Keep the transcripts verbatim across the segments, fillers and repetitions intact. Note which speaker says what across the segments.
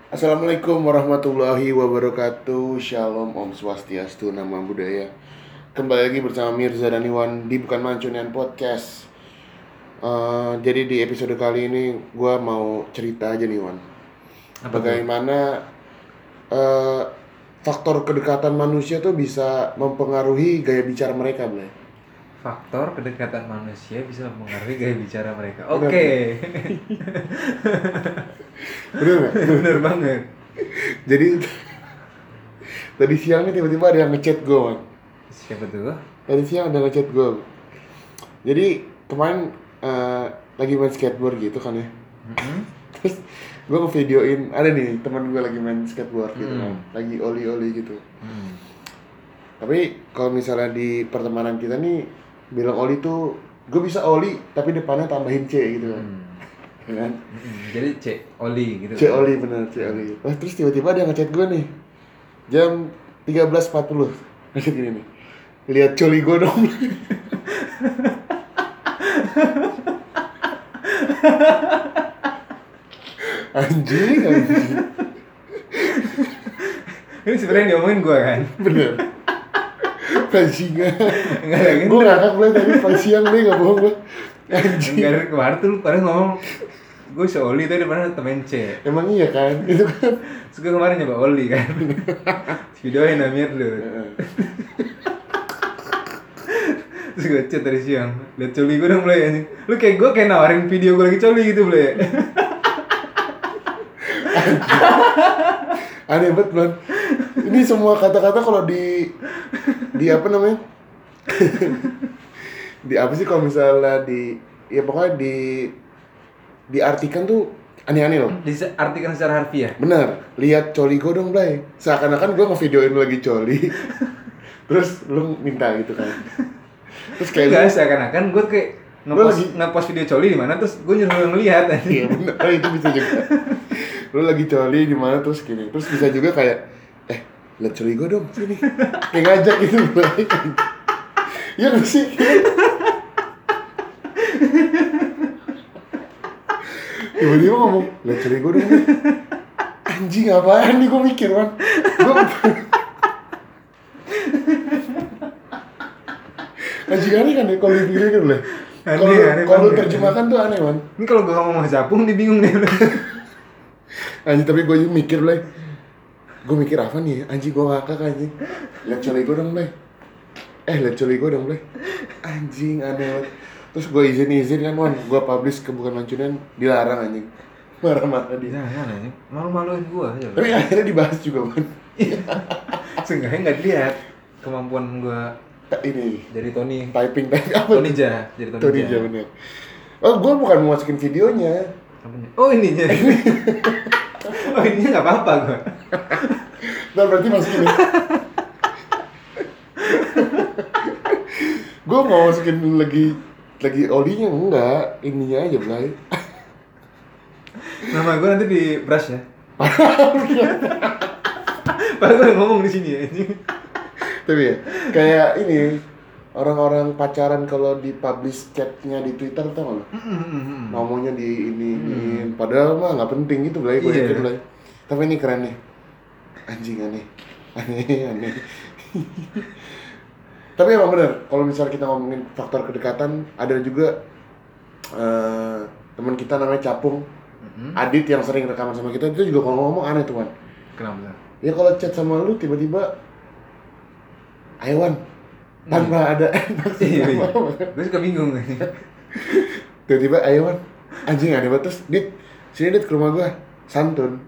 Speaker 1: Assalamualaikum warahmatullahi wabarakatuh. Shalom, Om Swastiastu, Nama Budaya. Kembali lagi bersama Mirza dan Iwan di Bukan Mancunian Podcast. uh, Jadi di episode kali ini gue mau cerita aja nih, Iwan.
Speaker 2: Apa tuh?
Speaker 1: Bagaimana uh, faktor kedekatan manusia tuh bisa mempengaruhi gaya bicara mereka, Blay.
Speaker 2: Faktor kedekatan manusia bisa mempengaruhi gaya bicara mereka.
Speaker 1: Bener.
Speaker 2: Oke.
Speaker 1: Bener gak?
Speaker 2: Bener banget.
Speaker 1: Jadi tadi siang nih tiba-tiba ada yang ngechat gue, man.
Speaker 2: Siapa tuh?
Speaker 1: Tadi siang ada ngechat gue. Jadi kemarin uh, lagi main skateboard gitu kan ya.
Speaker 2: Mm-hmm.
Speaker 1: Terus gue ngevideoin, ada nih teman gue lagi main skateboard gitu
Speaker 2: Mm.
Speaker 1: kan, lagi oli-oli gitu.
Speaker 2: Mm.
Speaker 1: Tapi kalau misalnya di pertemanan kita nih bilang oli tuh, gue bisa oli tapi depannya tambahin C gitu kan.
Speaker 2: Mm.
Speaker 1: Ya kan?
Speaker 2: Mm-mm. Jadi C Oli gitu.
Speaker 1: C oli bener, C oli. Wah, terus tiba-tiba dia ngechat gue nih jam tiga belas empat puluh. Ngechat gini nih, lihat coli gue dong. Anjing, anjing.
Speaker 2: Ini sebenarnya diomongin gue kan.
Speaker 1: Bener. Bajingan.
Speaker 2: Enggak ada gitu.
Speaker 1: Gue ngakak boleh tadi pas siang deh, gak bohong gue. Anjing.
Speaker 2: Enggak dari kemarin tuh lu pada ngomong gue si Oli tadi depannya temen C.
Speaker 1: Emang iya kan? Itu kan.
Speaker 2: Terus gue kemarin nyoba Oli kan. Videoin Amir lu. Terus gue chat dari siang, liat coli gue dong Blay anjing. Lu kayak gue kayak nawarin video gue lagi coli gitu Blay.
Speaker 1: Aneh banget, Blan. Ini semua kata-kata kalau di di apa namanya? Di apa sih kalau misalnya di ya pokoknya di diartikan tuh aneh-aneh loh.
Speaker 2: Diartikan secara harfiah.
Speaker 1: Bener, lihat coli gue dong, Blay. Seakan-akan gue ngevideoin lu lagi coli. Terus lu minta gitu kan. Terus kayak
Speaker 2: enggak, seakan-akan gue kayak ngepost
Speaker 1: lagi-
Speaker 2: ngepost video coli di mana terus gue nyuruh lu ngeliat anjing.
Speaker 1: iya bener, oh, itu bisa juga. Lu lagi coli di mana terus gini. Terus bisa juga kayak eh, lihat coli gue dong sini. Kayak ngajak gitu, Blay. Iya gak sih? Tiba-tiba ngomong, lihat coli gue dong. Anjing apaan nih, gue mikir man. Gue anjing aneh kan ya kalau dipikirin kan lah.
Speaker 2: Aneh,
Speaker 1: Kalau
Speaker 2: aneh
Speaker 1: kalau
Speaker 2: banget.
Speaker 1: terjemahkan tuh aneh man.
Speaker 2: Ini kalau gue ngomong sama Zapung dia bingung deh.
Speaker 1: Anjing tapi gue juga mikir lah. Gue mikir apa nih? Anjing gue ngakak anjing. Lihat coli gue dong Blay. Eh lihat coli gue dong Blay. Anjing aneh banget. Terus gue izin-izin kan Wan, gue publish ke Bukan Mancunian, dilarang anjing. Marah-marah dia.
Speaker 2: Jangan anjing, malu-maluin gue aja.
Speaker 1: Tapi akhirnya dibahas juga Wan.
Speaker 2: Seenggaknya nggak dilihat kemampuan gue
Speaker 1: Ini
Speaker 2: dari Tony.
Speaker 1: typing typing apa?
Speaker 2: Tony Ja, jadi Tony,
Speaker 1: Tony
Speaker 2: Ja.
Speaker 1: Ja bener. Oh gue bukan mau masukin videonya.
Speaker 2: Apanya? Oh ininya. Oh ininya nggak apa-apa gue.
Speaker 1: Nah berarti masukin ya. Gue mau masukin lagi lagi olinya enggak, ininya aja Blay.
Speaker 2: Nama gue nanti di brush ya. Padahal gue udah ngomong di sini ya anjing.
Speaker 1: Tapi ya, kayak ini orang-orang pacaran kalau di publish chatnya di Twitter tau gak lo? Ngomongnya di ini, ini. Padahal mah nggak penting gitu Blay, gue
Speaker 2: Iya.
Speaker 1: yakin Blay. Tapi ini keren nih, anjing aneh, aneh aneh. Tapi emang bener, kalau misalnya kita ngomongin faktor kedekatan, ada juga uh, teman kita namanya Capung,
Speaker 2: Mm-hmm.
Speaker 1: Adit yang sering rekaman sama kita, itu juga kalau ngomong aneh tuh Wan.
Speaker 2: Kenapa?
Speaker 1: Ya kalau chat sama lu tiba-tiba Aiwan tanpa ada
Speaker 2: Iya, iya. Gue suka bingung anjing.
Speaker 1: tiba-tiba Aiwan anjing aneh banget. Terus Dit, sini Dit ke rumah gua, santun.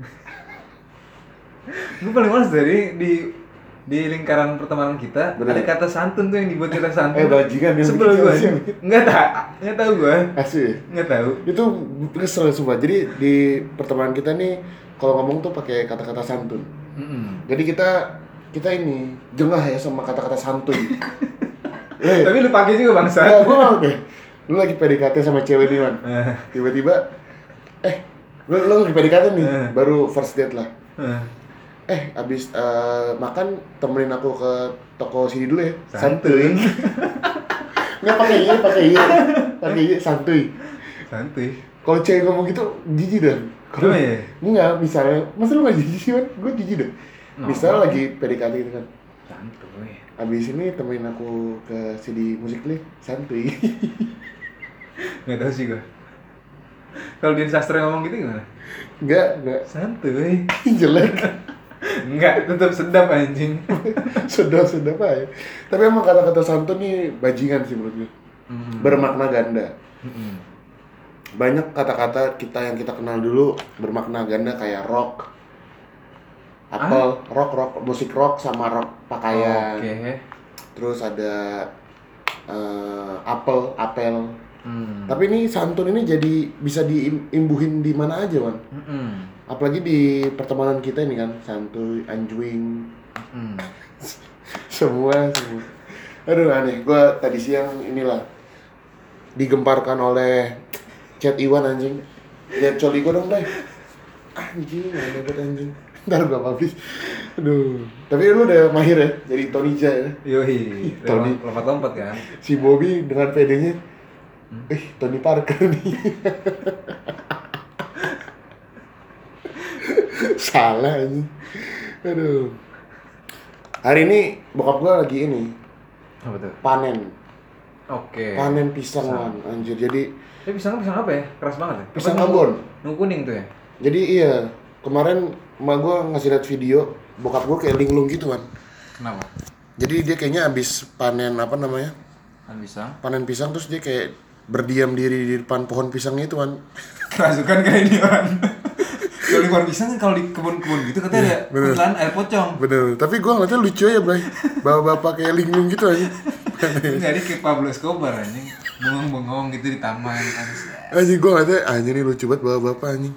Speaker 2: Gue paling males dari di di lingkaran pertemanan kita.
Speaker 1: Bener.
Speaker 2: Ada kata santun tuh yang dibuat kita santun.
Speaker 1: Eh, bajingan yang
Speaker 2: Sebel
Speaker 1: bikin
Speaker 2: gue.
Speaker 1: sih.
Speaker 2: Nggak tahu, nggak tahu gue.
Speaker 1: Asli.
Speaker 2: Nggak tahu.
Speaker 1: Itu kesel sumpah. Jadi di pertemanan kita nih kalau ngomong tuh pakai kata-kata santun.
Speaker 2: Mm-mm.
Speaker 1: Jadi kita kita ini jengah ya sama kata-kata santuy. Eh,
Speaker 2: Tapi lu pakai juga bangsa.
Speaker 1: ya gua mau deh. Lu lagi P D K T sama cewek nih, Man.
Speaker 2: Eh,
Speaker 1: Tiba-tiba eh lu, lu lagi P D K T nih,
Speaker 2: Eh.
Speaker 1: baru first date lah.
Speaker 2: eh.
Speaker 1: Eh, abis eh, makan temenin aku ke toko sini dulu ya.
Speaker 2: Santuy.
Speaker 1: Nggak pakai iya, pakai iya. Pakai iya santuy.
Speaker 2: Santuy.
Speaker 1: Kalau cewek ngomong gitu jijik dah. Kalau
Speaker 2: Emang ya?
Speaker 1: enggak, misalnya, masa lu nggak jijik sih man? Gue jijik dah.
Speaker 2: No.
Speaker 1: Misalnya lagi P D K T gitu kan.
Speaker 2: Santuy.
Speaker 1: Abis ini temenin aku ke C D musik live, santuy.
Speaker 2: Nggak tahu sih gue. Kalau Dian Sastro ngomong gitu gimana?
Speaker 1: Enggak, enggak.
Speaker 2: Santuy.
Speaker 1: Jelek.
Speaker 2: Enggak, tetap sedap anjing.
Speaker 1: Sedap-sedap aja. Tapi emang kata-kata santun nih bajingan sih menurut gue.
Speaker 2: Mm.
Speaker 1: Bermakna ganda.
Speaker 2: Mm-mm.
Speaker 1: Banyak kata-kata kita yang kita kenal dulu bermakna ganda kayak rock, apel, rock, rock, musik rock sama rock pakaian.
Speaker 2: Oke.
Speaker 1: Terus ada eh, apel, apel.
Speaker 2: Hmm.
Speaker 1: Tapi ini santun ini jadi bisa diimbuhin di mana aja, Wan.
Speaker 2: Mm-mm.
Speaker 1: Apalagi di pertemanan kita ini kan, santuy, anjwing,
Speaker 2: Mm.
Speaker 1: semua, semua. Aduh aneh, gua tadi siang inilah digemparkan oleh chat Iwan anjing. Lihat coli gua dong, Dai. Anjing, aneh banget anjing. Ntar gua publish. Aduh, tapi lu udah mahir ya, jadi Tony Jaa ya.
Speaker 2: Yoi,
Speaker 1: Tony.
Speaker 2: lompat-lompat kan.
Speaker 1: Si Bobby dengan P D-nya, eh Tony Parker nih. Salah ini. Aduh. Hari ini bokap gua lagi ini
Speaker 2: Apa tuh?
Speaker 1: panen.
Speaker 2: Oke.
Speaker 1: Panen pisang,
Speaker 2: Pisang.
Speaker 1: Wan. Anjir. Jadi
Speaker 2: Tapi pisangnya pisang apa ya? Keras banget ya?
Speaker 1: pisang
Speaker 2: Apa
Speaker 1: Ambon.
Speaker 2: Nunggu kuning tuh ya?
Speaker 1: Jadi iya, kemarin emak gua ngasih lihat video bokap gua kayak linglung gitu, Wan.
Speaker 2: Kenapa?
Speaker 1: Jadi dia kayaknya habis panen apa namanya?
Speaker 2: Kan pisang.
Speaker 1: Panen pisang terus dia kayak berdiam diri di depan pohon pisangnya itu, Wan.
Speaker 2: Kerasukan kayak ini orang. Kalau di pohon pisang kan kalau di kebun-kebun gitu katanya ada
Speaker 1: bener.
Speaker 2: kuntilanak air pocong.
Speaker 1: Bener. Tapi gua ngeliatnya lucu aja, Bray. Bapak-bapak kayak linglung gitu aja.
Speaker 2: Jadi kayak Pablo Escobar anjing. Bengong-bengong gitu di taman kan.
Speaker 1: Anjing gua ngeliatnya anjing ini lucu banget bapak-bapak anjing.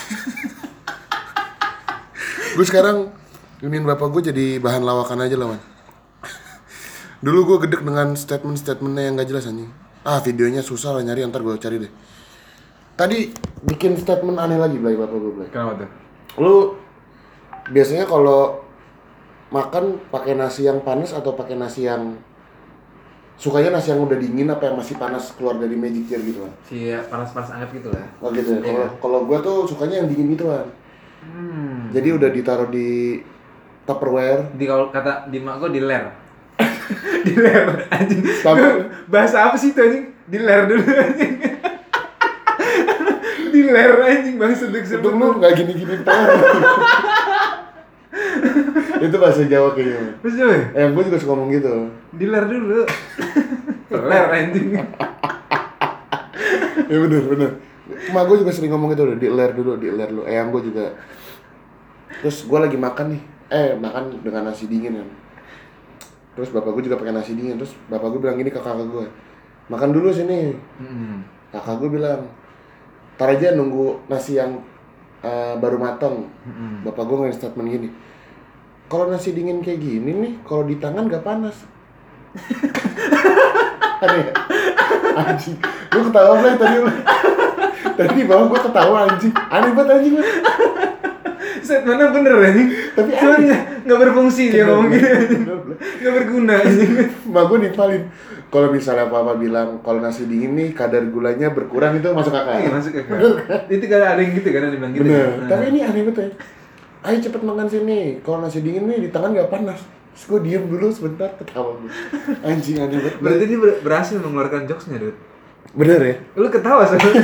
Speaker 1: Gue sekarang ingin bapak gue jadi bahan lawakan aja lah, Man. Dulu gue gedek dengan statement-statementnya yang gak jelas anjing. Ah videonya susah lah nyari, ntar gue cari deh. Tadi bikin statement aneh lagi Blay, bapak gue Blay.
Speaker 2: Kenapa tuh?
Speaker 1: Lu biasanya kalau makan pakai nasi yang panas atau pakai nasi yang sukanya nasi yang udah dingin apa yang masih panas keluar dari magic jar gitu kan?
Speaker 2: Si panas-panas anget gitu lah.
Speaker 1: Oh gitu ya.
Speaker 2: Iya.
Speaker 1: Kalau kalau gue tuh sukanya yang dingin gitu kan.
Speaker 2: Hmm.
Speaker 1: Jadi udah ditaruh di Tupperware.
Speaker 2: Di kalau kata di mak gua di ler. Di ler anjing.
Speaker 1: Tapi-
Speaker 2: Bahasa apa sih itu anjing? Di ler dulu anjing. Di ler anjing bang sedek
Speaker 1: Untung lu nggak gini-gini tangan. Itu bahasa Jawa kayaknya.
Speaker 2: Terus coba
Speaker 1: Eh, gue juga suka ngomong gitu.
Speaker 2: di ler dulu. Ler anjing.
Speaker 1: Ya bener bener. Emak gue juga sering ngomong gitu udah di-ler dulu, di-ler dulu. Eyang gue juga. Terus gue lagi makan nih. Eh, makan dengan nasi dingin kan. Terus bapak gue juga pakai nasi dingin. Terus bapak gue bilang gini ke kakak gue. Makan dulu sini.
Speaker 2: Hmm.
Speaker 1: Kakak gue bilang, "Tar aja nunggu nasi yang eh, baru matang."
Speaker 2: Hmm.
Speaker 1: Bapak gue ngasih statement gini. Kalau nasi dingin kayak gini nih, kalau di tangan gak panas. Aneh ya? Anjing. Gue ketawa lah tadi lu. Tadi di bawah gue ketawa anjing. Aneh banget anjing lu.
Speaker 2: Set mana bener anjing.
Speaker 1: Tapi
Speaker 2: Cuman
Speaker 1: aneh.
Speaker 2: nggak nggak berfungsi dia ngomong gitu anjing. Nggak berguna anjing.
Speaker 1: Mak gue nimpalin. Kalau misalnya papa bilang kalau nasi dingin nih kadar gulanya berkurang itu masuk akal.
Speaker 2: Iya masuk akal. Itu kan ada yang gitu kan ada yang bilang gitu.
Speaker 1: Bener.
Speaker 2: Nah.
Speaker 1: Tapi ini aneh banget ya. Ayo cepet makan sini. Kalau nasi dingin nih di tangan gak panas. Terus gue diem dulu sebentar ketawa gue. Anjing aneh banget.
Speaker 2: Berarti dia ber- berhasil mengeluarkan jokesnya, Dut.
Speaker 1: Bener ya?
Speaker 2: Lu ketawa soalnya.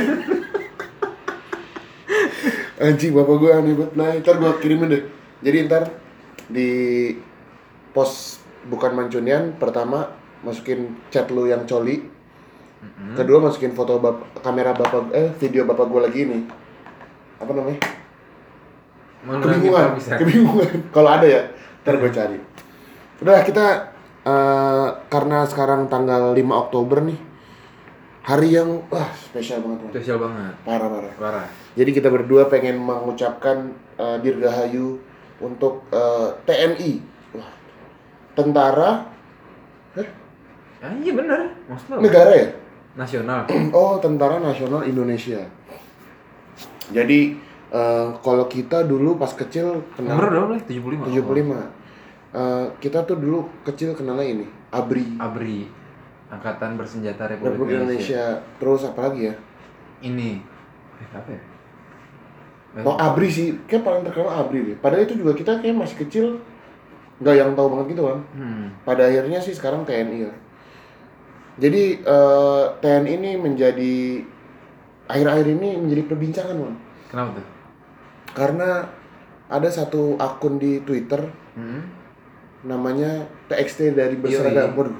Speaker 1: Anjing bapak gue aneh banget. Nah ntar gue kirimin deh. Jadi ntar di post bukan mancunian pertama masukin chat lu yang coli.
Speaker 2: Mm-hmm.
Speaker 1: Kedua masukin foto bap- kamera bapak eh video bapak gue lagi ini. Apa namanya? Kebingungan.
Speaker 2: Bisa.
Speaker 1: Kebingungan. Kalau ada ya, ntar gue cari. Udah kita eh, karena sekarang tanggal lima Oktober nih. Hari yang wah spesial banget. Man.
Speaker 2: Spesial banget.
Speaker 1: Parah parah.
Speaker 2: Parah.
Speaker 1: Jadi kita berdua pengen mengucapkan uh, dirgahayu untuk uh, T N I. Wah, tentara eh,
Speaker 2: Ah, iya bener. Maksudnya apa?
Speaker 1: negara ya?
Speaker 2: Nasional.
Speaker 1: Oh, Tentara Nasional Indonesia. Jadi uh, kalau kita dulu pas kecil kenal
Speaker 2: Nomor berapa boleh? tujuh puluh lima.
Speaker 1: tujuh puluh lima. Uh, kita tuh dulu kecil kenalnya ini, A B R I.
Speaker 2: A B R I. Angkatan Bersenjata Republik,
Speaker 1: Republik
Speaker 2: Indonesia.
Speaker 1: Indonesia. Terus apa lagi ya?
Speaker 2: Ini Eh, apa ya?
Speaker 1: Oh, ABRI sih, kayak paling terkenal ABRI deh. Padahal itu juga kita kayak masih kecil, nggak yang tahu banget gitu kan.
Speaker 2: Hmm.
Speaker 1: Pada akhirnya sih sekarang T N I lah. Jadi eh, T N I ini menjadi akhir-akhir ini menjadi perbincangan, Wan.
Speaker 2: Kenapa tuh?
Speaker 1: Karena ada satu akun di Twitter
Speaker 2: Hmm.
Speaker 1: namanya T X T dari berseragam.
Speaker 2: Yoi.
Speaker 1: Waduh.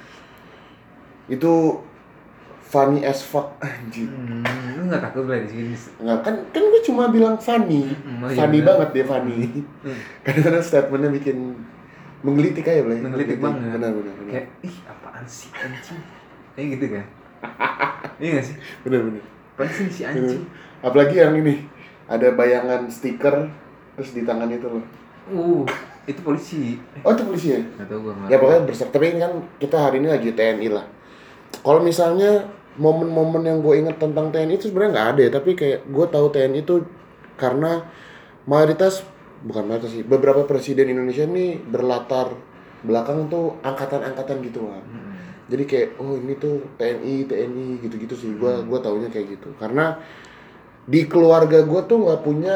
Speaker 1: Itu funny as fuck anjir.
Speaker 2: Hmm, lu nggak takut lah di sini?
Speaker 1: Enggak, kan kan gue cuma bilang funny.
Speaker 2: Hmm, oh iya
Speaker 1: Funny
Speaker 2: bener.
Speaker 1: banget dia funny.
Speaker 2: Hmm.
Speaker 1: Kadang-kadang statementnya bikin menggelitik aja, Blay.
Speaker 2: Menggelitik banget.
Speaker 1: Benar, benar, benar.
Speaker 2: Kayak, ih apaan sih anjing? Kayak gitu kan? Iya nggak sih?
Speaker 1: Benar, benar.
Speaker 2: Apaan sih si anjing?
Speaker 1: Apalagi yang ini, ada bayangan stiker terus di tangan itu loh.
Speaker 2: Uh, itu polisi.
Speaker 1: Oh, itu polisi ya?
Speaker 2: Nggak tahu gua.
Speaker 1: Ya pokoknya berserta, tapi kan kita hari ini lagi T N I lah. Kalau misalnya momen-momen yang gue inget tentang T N I itu sebenarnya nggak ada ya, tapi kayak gue tahu T N I itu karena mayoritas, bukan mayoritas sih, beberapa presiden Indonesia ini berlatar belakang tuh angkatan-angkatan gitu kan.
Speaker 2: Hmm.
Speaker 1: Jadi kayak oh ini tuh T N I, T N I gitu-gitu sih. Gue gue taunya kayak gitu. Karena di keluarga gue tuh nggak punya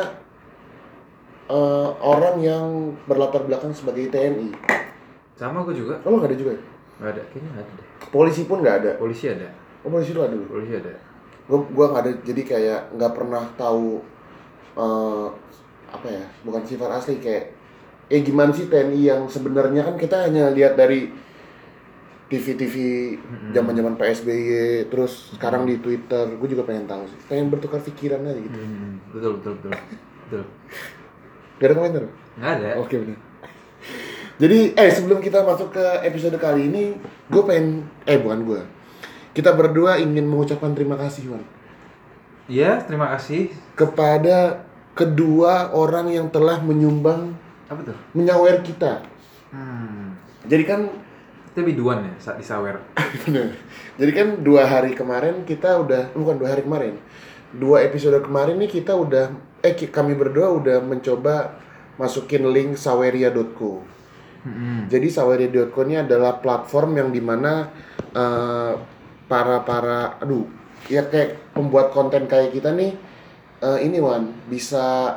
Speaker 1: uh, orang yang berlatar belakang sebagai T N I.
Speaker 2: Sama gua juga.
Speaker 1: Oh, lo nggak ada juga ya?
Speaker 2: Nggak ada, kayaknya nggak ada deh.
Speaker 1: Polisi pun nggak ada.
Speaker 2: Polisi ada.
Speaker 1: Oh, polisi lu ada dulu.
Speaker 2: Polisi ada.
Speaker 1: Gue gue nggak ada, jadi kayak nggak pernah tahu uh, apa ya, bukan sifat asli kayak eh gimana sih T N I yang sebenarnya. Kan kita hanya lihat dari T V-T V zaman-zaman P S B Y, terus sekarang di Twitter. Gue juga pengen tahu sih, pengen bertukar pikiran aja gitu.
Speaker 2: Hmm, betul betul betul betul.
Speaker 1: Gak ada komentar?
Speaker 2: Nggak ada.
Speaker 1: Oke, benar. Jadi eh sebelum kita masuk ke episode kali ini, gue pengen eh bukan gue, kita berdua ingin mengucapkan terima kasih, Wan,
Speaker 2: Iya, terima kasih.
Speaker 1: kepada kedua orang yang telah menyumbang
Speaker 2: Apa tuh?
Speaker 1: menyawer kita.
Speaker 2: Hmm.
Speaker 1: Jadi kan
Speaker 2: Itu biduan ya saat disawer.
Speaker 1: bener. Jadi kan dua hari kemarin kita udah, bukan dua hari kemarin, dua episode kemarin nih kita udah, eh ki- kami berdua udah mencoba masukin link saweria dot co.
Speaker 2: Hmm.
Speaker 1: Jadi saweria dot co ini adalah platform yang dimana uh, para para, aduh, ya kayak pembuat konten kayak kita nih, uh, ini Wan bisa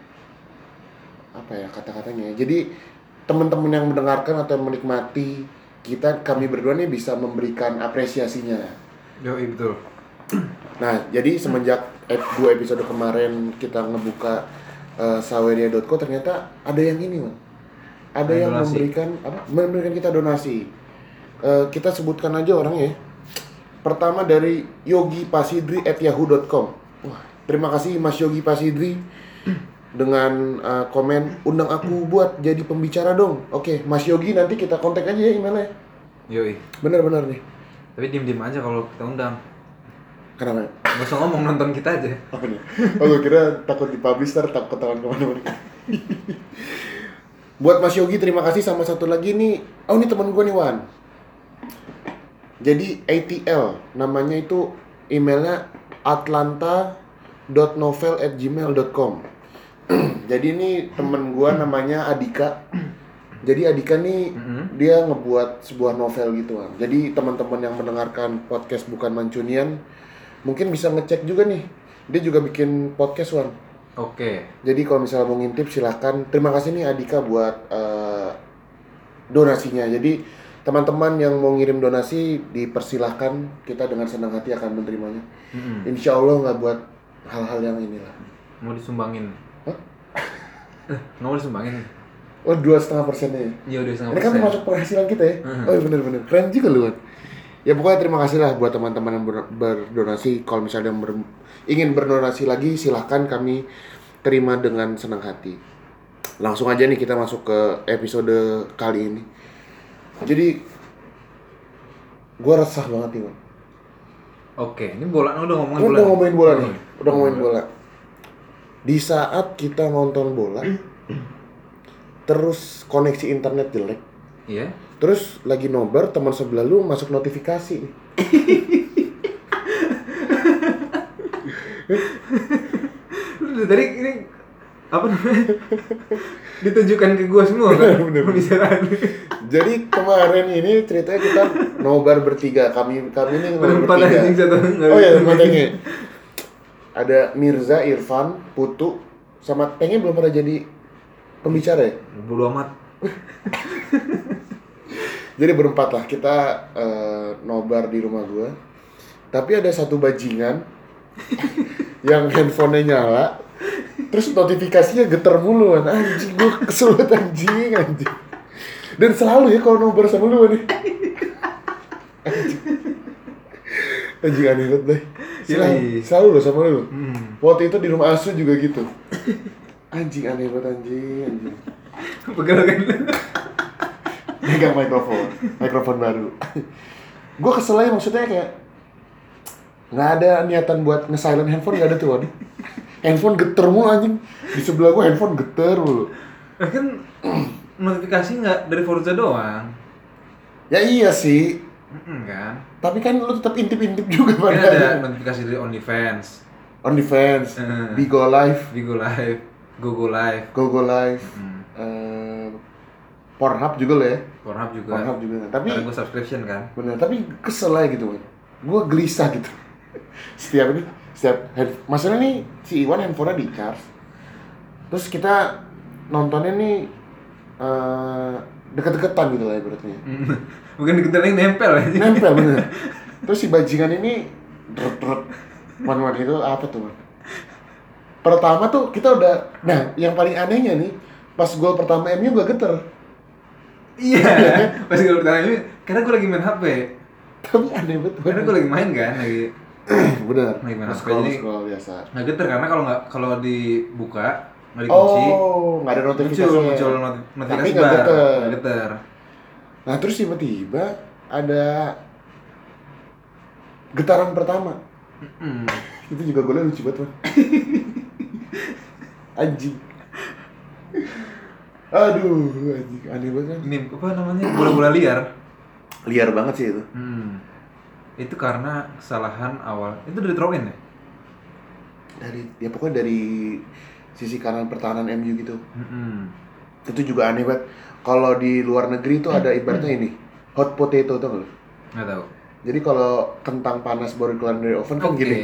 Speaker 1: apa ya kata-katanya. Jadi teman-teman yang mendengarkan atau menikmati kita, kami berdua nih bisa memberikan apresiasinya.
Speaker 2: Yoi, betul.
Speaker 1: Nah, jadi semenjak ep- dua episode kemarin kita ngebuka uh, saweria dot co, ternyata ada yang ini, Man. Ada
Speaker 2: Yang
Speaker 1: yang
Speaker 2: donasi.
Speaker 1: memberikan apa? Memberikan kita donasi. Uh, kita sebutkan aja orangnya ya. Pertama dari yogi pasidri at yahoo dot com. Wah, terima kasih Mas Yogi Pasidri dengan uh, komen undang aku buat jadi pembicara dong. Oke, Mas Yogi, nanti kita kontak aja ya emailnya.
Speaker 2: Yoi.
Speaker 1: Bener-bener nih.
Speaker 2: Tapi diem-diem aja kalau kita undang.
Speaker 1: Kenapa?
Speaker 2: Nggak usah ngomong, nonton kita aja.
Speaker 1: Apa nih? Oh, gue kira takut dipublish, ntar takut ketahuan kemana-mana. Buat Mas Yogi, terima kasih. Sama satu lagi nih, oh ini temen gue nih, Wan. Jadi A T L, namanya itu emailnya atlanta dot novel at gmail dot com. Jadi ini temen gue namanya Adika. Jadi Adika nih
Speaker 2: Mm-hmm.
Speaker 1: dia ngebuat sebuah novel gitu kan. Jadi teman-teman yang mendengarkan podcast Bukan Mancunian mungkin bisa ngecek juga nih. Dia juga bikin podcast, Wan.
Speaker 2: Oke.
Speaker 1: Jadi kalau misalnya mau ngintip silahkan. Terima kasih nih Adika buat uh, donasinya. Jadi teman-teman yang mau ngirim donasi dipersilahkan, kita dengan senang hati akan menerimanya.
Speaker 2: Mm-hmm.
Speaker 1: Insya Allah nggak buat hal-hal yang inilah.
Speaker 2: Mau disumbangin?
Speaker 1: Hah?
Speaker 2: Eh, nggak mau disumbangin?
Speaker 1: Oh, dua setengah persennya ya?
Speaker 2: Iya, udah setengah
Speaker 1: Ini kan
Speaker 2: persen.
Speaker 1: termasuk penghasilan kita ya?
Speaker 2: Mhm.
Speaker 1: Oh iya, bener-bener, keren juga lu kan. Ya pokoknya terima kasih lah buat teman-teman yang ber- berdonasi. Kalau misalnya yang ber- ingin berdonasi lagi, silahkan, kami terima dengan senang hati. Langsung aja nih kita masuk ke episode kali ini. Jadi gua resah banget nih, Man.
Speaker 2: Oke, ini bola udah ngomongin
Speaker 1: Kan
Speaker 2: bola.
Speaker 1: udah ngomongin bola nih,
Speaker 2: Hmm.
Speaker 1: udah ngomongin bola. Di saat kita nonton bola, terus koneksi internet jelek,
Speaker 2: Iya.
Speaker 1: terus lagi nobar, teman sebelah lu masuk notifikasi.
Speaker 2: Lu tadi ini apa namanya? Ditunjukkan ke gua semua kan?
Speaker 1: Bener, bener.
Speaker 2: Pembicaraan.
Speaker 1: Jadi kemarin ini ceritanya kita nobar bertiga, kami kami ini nobar
Speaker 2: Berempat
Speaker 1: bertiga.
Speaker 2: anjing satu.
Speaker 1: Oh iya, berempat ini. Ada Mirza, Irfan, Putu, sama kayaknya belum pernah jadi pembicara ya.
Speaker 2: Bodo amat.
Speaker 1: Jadi berempat lah kita uh, nobar di rumah gua. Tapi ada satu bajingan yang handphonenya nyala, terus notifikasinya getar mulu kan. Anjing, gua kesel banget anjing, anjing. Dan selalu ya kalau nobar sama lu nih. Anjing. Anjing aneh banget deh. Selalu, selalu loh sama lu. Hmm. Waktu itu di rumah Asu juga gitu. Anjing aneh banget anjing, anjing.
Speaker 2: Pegal kan.
Speaker 1: Megang mikrofon, mikrofon baru. Gue kesel aja maksudnya kayak nggak ada niatan buat nge-silent handphone, nggak ada tuh waduh. Handphone geter mulu anjing. Di sebelah gue handphone geter mulu.
Speaker 2: Kan notifikasi nggak dari Forza doang.
Speaker 1: Ya iya sih.
Speaker 2: Mm-mm, kan.
Speaker 1: Tapi kan lu tetap intip-intip juga
Speaker 2: kan
Speaker 1: pada
Speaker 2: ada notifikasi dari OnlyFans.
Speaker 1: OnlyFans, uh, Bigo Live,
Speaker 2: Bigo Live, GoGo Live,
Speaker 1: GoGo Live, mm. uh, Pornhub juga loh ya.
Speaker 2: Pornhub juga.
Speaker 1: Pornhub juga. Tapi
Speaker 2: karena gue subscription kan.
Speaker 1: Bener, tapi kesel aja gitu kan. Gue gelisah gitu. Setiap ini, setiap hand, masalahnya nih si Iwan handphonenya di charge. Terus kita nontonnya nih uh, deket-deketan gitu lah ya berarti.
Speaker 2: Bukan deketan yang nempel ya.
Speaker 1: Nempel bener. Terus si bajingan ini drep-drep. Man-man itu apa tuh man? Pertama tuh kita udah, nah yang paling anehnya nih pas gol pertama M U gak geter.
Speaker 2: Iya, pas gol pertama M U karena gue lagi main H P.
Speaker 1: Tapi aneh banget.
Speaker 2: Karena gue lagi main kan, lagi
Speaker 1: bener.
Speaker 2: Lagi main H P
Speaker 1: scroll,
Speaker 2: jadi
Speaker 1: scroll biasa.
Speaker 2: Nggak geter karena kalau nggak kalau dibuka nggak dikunci.
Speaker 1: Oh, nggak ada notifikasi.
Speaker 2: Muncul muncul notifikasi
Speaker 1: tapi nggak geter.
Speaker 2: Nggak geter.
Speaker 1: Nah terus tiba-tiba ada getaran pertama. Mm. Itu juga golnya lucu banget man. Anjing. Aduh, anjing aneh banget kan.
Speaker 2: Ini apa namanya? Bola-bola liar.
Speaker 1: Liar banget sih itu.
Speaker 2: Hmm. Itu karena kesalahan awal. Itu dari throw in ya?
Speaker 1: Dari ya pokoknya dari sisi kanan pertahanan M U gitu.
Speaker 2: Hmm.
Speaker 1: Itu juga aneh banget. Kalau di luar negeri tuh ada ibaratnya ini hot potato tuh nggak?
Speaker 2: Nggak tahu.
Speaker 1: Jadi kalau kentang panas baru keluar dari oven kan
Speaker 2: okay.
Speaker 1: gini.